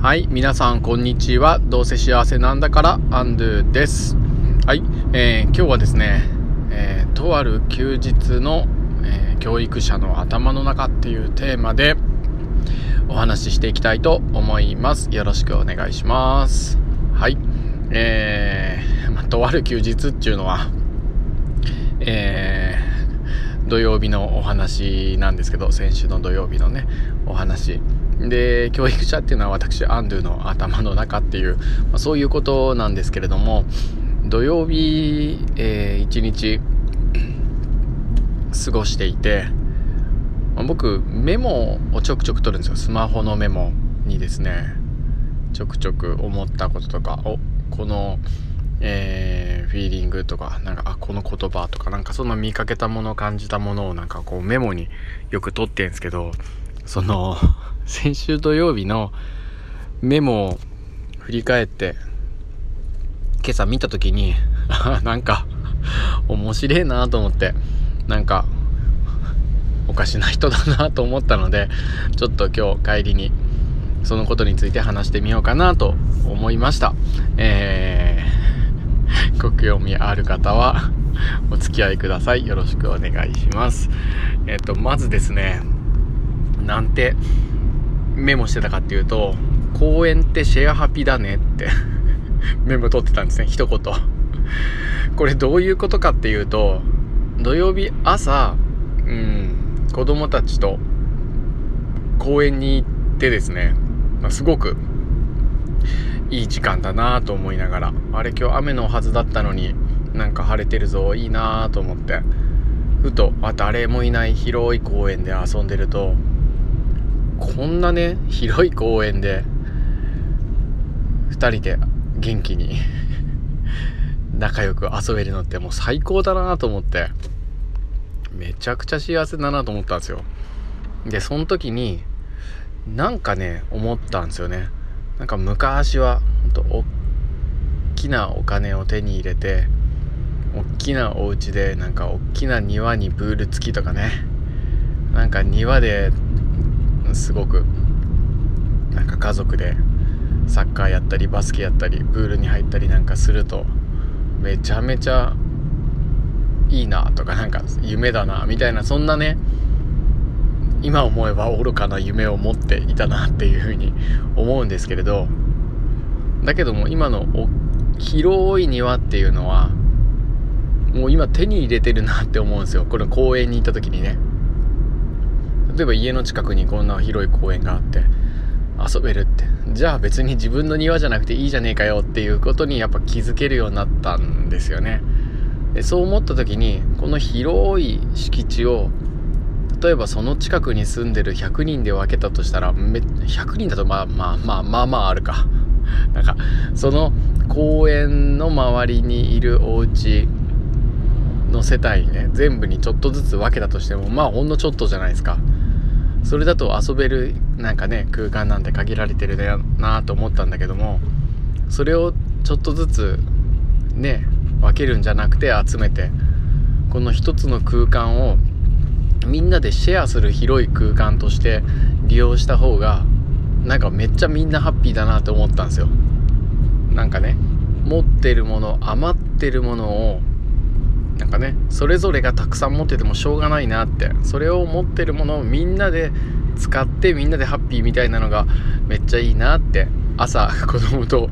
はい、皆さんこんにちは。どうせ幸せなんだからアンドゥです。はい、今日はですね、とある休日の、教育者の頭の中っていうテーマでお話ししていきたいと思います。よろしくお願いします。はい、とある休日っていうのは、土曜日のお話なんですけど、先週の土曜日のねお話で、教育者っていうのは私アンドゥの頭の中っていう、そういうことなんですけれども、土曜日、一日過ごしていて、僕メモをちょくちょく取るんですよ。スマホのメモにですね、ちょくちょく思ったこととか、このフィーリングとか、この言葉とか、その見かけたもの、感じたものをこうメモによく取ってるんですけど、その先週土曜日のメモを振り返って今朝見た時に面白いなと思って、おかしな人だなと思ったので、ちょっと今日帰りにそのことについて話してみようかなと思いました。ご興味ある方はお付き合いください。よろしくお願いします。まずですね、なんてメモしてたかっていうと、公園ってシェアハピだねってメモ取ってたんですね、一言。これどういうことかっていうと、土曜日朝、子供たちと公園に行ってですね、すごくいい時間だなと思いながら、今日雨のはずだったのに晴れてるぞ、いいなと思って、ふと誰もいない広い公園で遊んでると、こんなね広い公園で2人で元気に仲良く遊べるのってもう最高だなと思って、めちゃくちゃ幸せだなと思ったんですよ。でその時に思ったんですよね。昔は本当大きなお金を手に入れて、大きなお家で大きな庭にプール付きとかね、庭ですごく家族でサッカーやったりバスケやったりプールに入ったりするとめちゃめちゃいいなとか、夢だなみたいな、そんなね、今思えば愚かな夢を持っていたなっていうふうに思うんですけれど、だけども今の広い庭っていうのはもう今手に入れてるなって思うんですよ。この公園に行った時にね、例えば家の近くにこんな広い公園があって遊べるって、じゃあ別に自分の庭じゃなくていいじゃねえかよっていうことにやっぱ気づけるようになったんですよね。でそう思った時に、この広い敷地を例えばその近くに住んでる100人で分けたとしたら、100人だとまああるかその公園の周りにいるお家の世帯ね、全部にちょっとずつ分けたとしてもほんのちょっとじゃないですか。それだと遊べる空間なんて限られてるなと思ったんだけども、それをちょっとずつね分けるんじゃなくて集めて、この一つの空間をみんなでシェアする広い空間として利用した方がめっちゃみんなハッピーだなと思ったんですよ。持ってるもの、余ってるものをそれぞれがたくさん持っててもしょうがないなって、それを持ってるものをみんなで使ってみんなでハッピーみたいなのがめっちゃいいなって朝子供と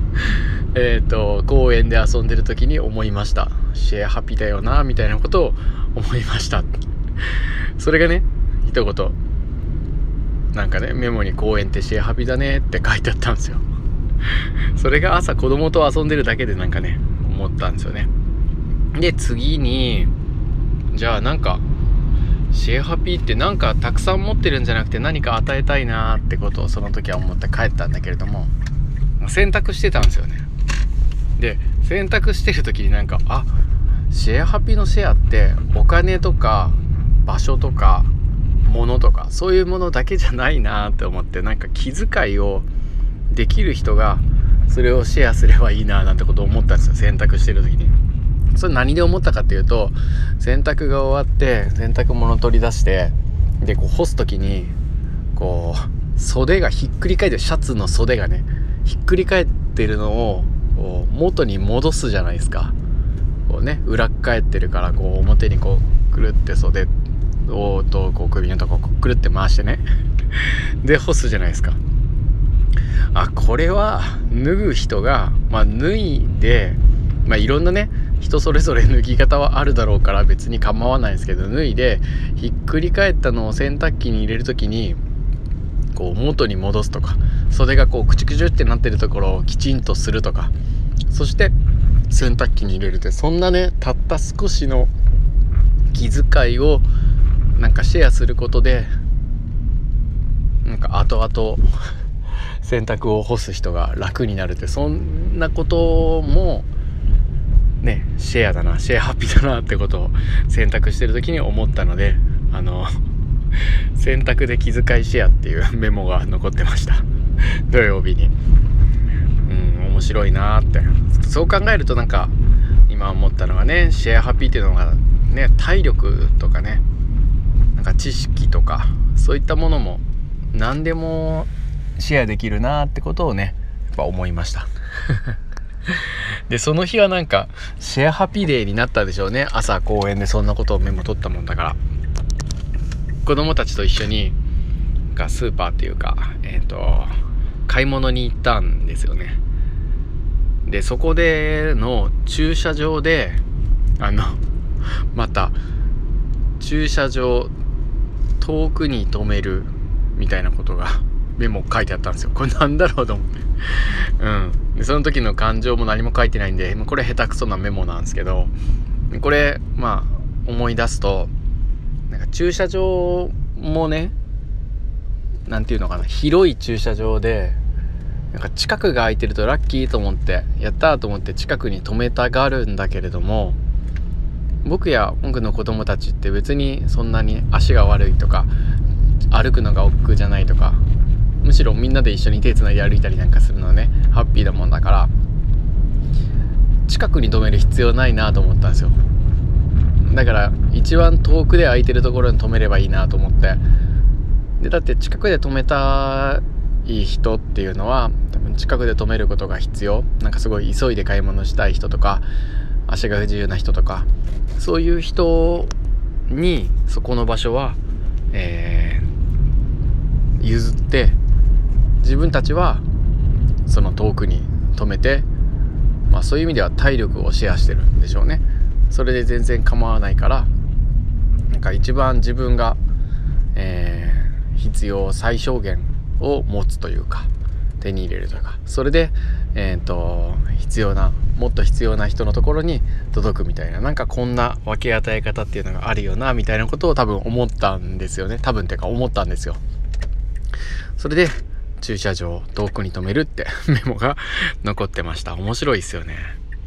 公園で遊んでる時に思いました。シェアハッピーだよなみたいなことを思いました。それがね一言メモに公園ってシェアハッピーだねって書いてあったんですよ。それが朝子供と遊んでるだけで思ったんですよね。で次に、じゃあシェアハピーってたくさん持ってるんじゃなくて何か与えたいなってことをその時は思って帰ったんだけれども、洗濯してたんですよね。で洗濯してる時にシェアハピーのシェアってお金とか場所とか物とかそういうものだけじゃないなって思って、気遣いをできる人がそれをシェアすればいいななんてことを思ったんですよ、洗濯してる時に。それ何で思ったかっていうと、洗濯が終わって洗濯物取り出して、で干す時に袖がひっくり返って、シャツの袖がねひっくり返ってるのを元に戻すじゃないですか。こうね、裏返ってるからこう表にこうくるって袖をこう首のとこくるって回してねで干すじゃないですか。これは脱ぐ人が、脱いで、いろんなね人それぞれ脱ぎ方はあるだろうから別に構わないですけど、脱いでひっくり返ったのを洗濯機に入れるときにこう元に戻すとか、袖がこうクチュクチュってなってるところをきちんとするとか、そして洗濯機に入れるって、そんなねたった少しの気遣いをなんかシェアすることで、なんか後々洗濯を干す人が楽になるって、そんなこともねシェアハッピーだなってことを洗濯してる時に思ったので、洗濯で気遣いシェアっていうメモが残ってました土曜日に。面白いなって、そう考えるとなんか今思ったのがね、シェアハッピーっていうのがね、体力とかね、なんか知識とかそういったものも何でもシェアできるなってことをねやっぱ思いましたでその日はなんかシェアハッピーデーになったでしょうね。朝公園でそんなことをメモ取ったもんだから、子供たちと一緒にスーパーっていうか買い物に行ったんですよね。でそこでの駐車場でまた駐車場遠くに止めるみたいなことがメモ書いてあったんですよ。これなんだろうと思ってでその時の感情も何も書いてないんで、これ下手くそなメモなんですけど、これ思い出すと、なんか駐車場もね、なんていうのかな、広い駐車場でなんか近くが空いてるとラッキーと思って、やったーと思って近くに止めたがるんだけれども、僕の子供たちって別にそんなに足が悪いとか歩くのが億劫じゃないとか、むしろみんなで一緒に手つないで歩いたりなんかするのはねハッピーだもんだから、近くに止める必要ないなと思ったんですよ。だから一番遠くで空いてるところに止めればいいなと思って、でだって近くで止めたい人っていうのは多分近くで止めることが必要、なんかすごい急いで買い物したい人とか足が不自由な人とか、そういう人にそこの場所は、譲って、自分たちはその遠くに止めて、そういう意味では体力をシェアしてるんでしょうね。それで全然構わないから、なんか一番自分が、必要最小限を持つというか手に入れるというか、それで、もっと必要な人のところに届くみたいな、なんかこんな分け与え方っていうのがあるよなみたいなことを多分思ったんですよね。思ったんですよ。それで駐車場遠くに止めるってメモが残ってました。面白いですよね。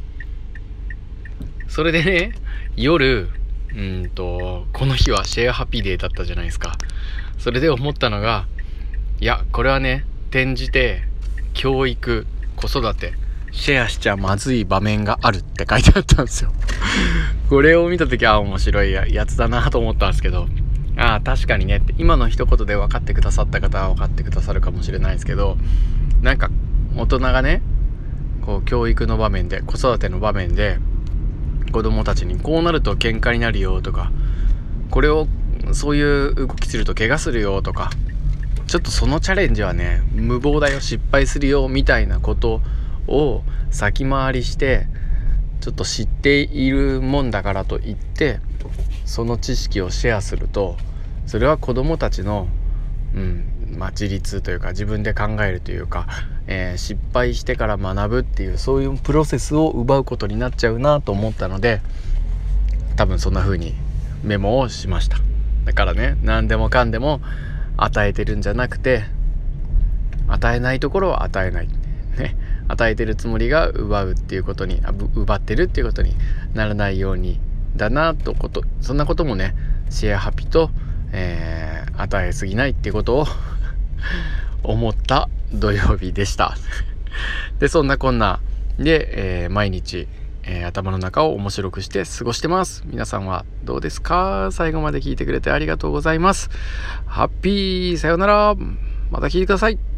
それでね、夜この日はシェアハッピーデーだったじゃないですか。それで思ったのが、いやこれはね、転じて教育子育てシェアしちゃまずい場面があるって書いてあったんですよこれを見た時は面白いやつだなと思ったんですけど、確かにねって、今の一言で分かってくださった方は分かってくださるかもしれないですけど、なんか大人がねこう教育の場面で、子育ての場面で子供たちにこうなると喧嘩になるよとか、これをそういう動きすると怪我するよとか、ちょっとそのチャレンジはね無謀だよ、失敗するよみたいなことを先回りしてちょっと知っているもんだからといってその知識をシェアすると、それは子どもたちの、自立というか自分で考えるというか、失敗してから学ぶっていうそういうプロセスを奪うことになっちゃうなと思ったので、多分そんな風にメモをしました。だからね、何でもかんでも与えてるんじゃなくて、与えないところは与えない、ね、与えてるつもりが奪うっていうことに奪ってるっていうことにならないようにだなとそんなこともねシェアハピと、与えすぎないっていうことを思った土曜日でしたでそんなこんなで、毎日、頭の中を面白くして過ごしてます。皆さんはどうですか？最後まで聞いてくれてありがとうございます。ハッピーさよなら。 また聞いてください。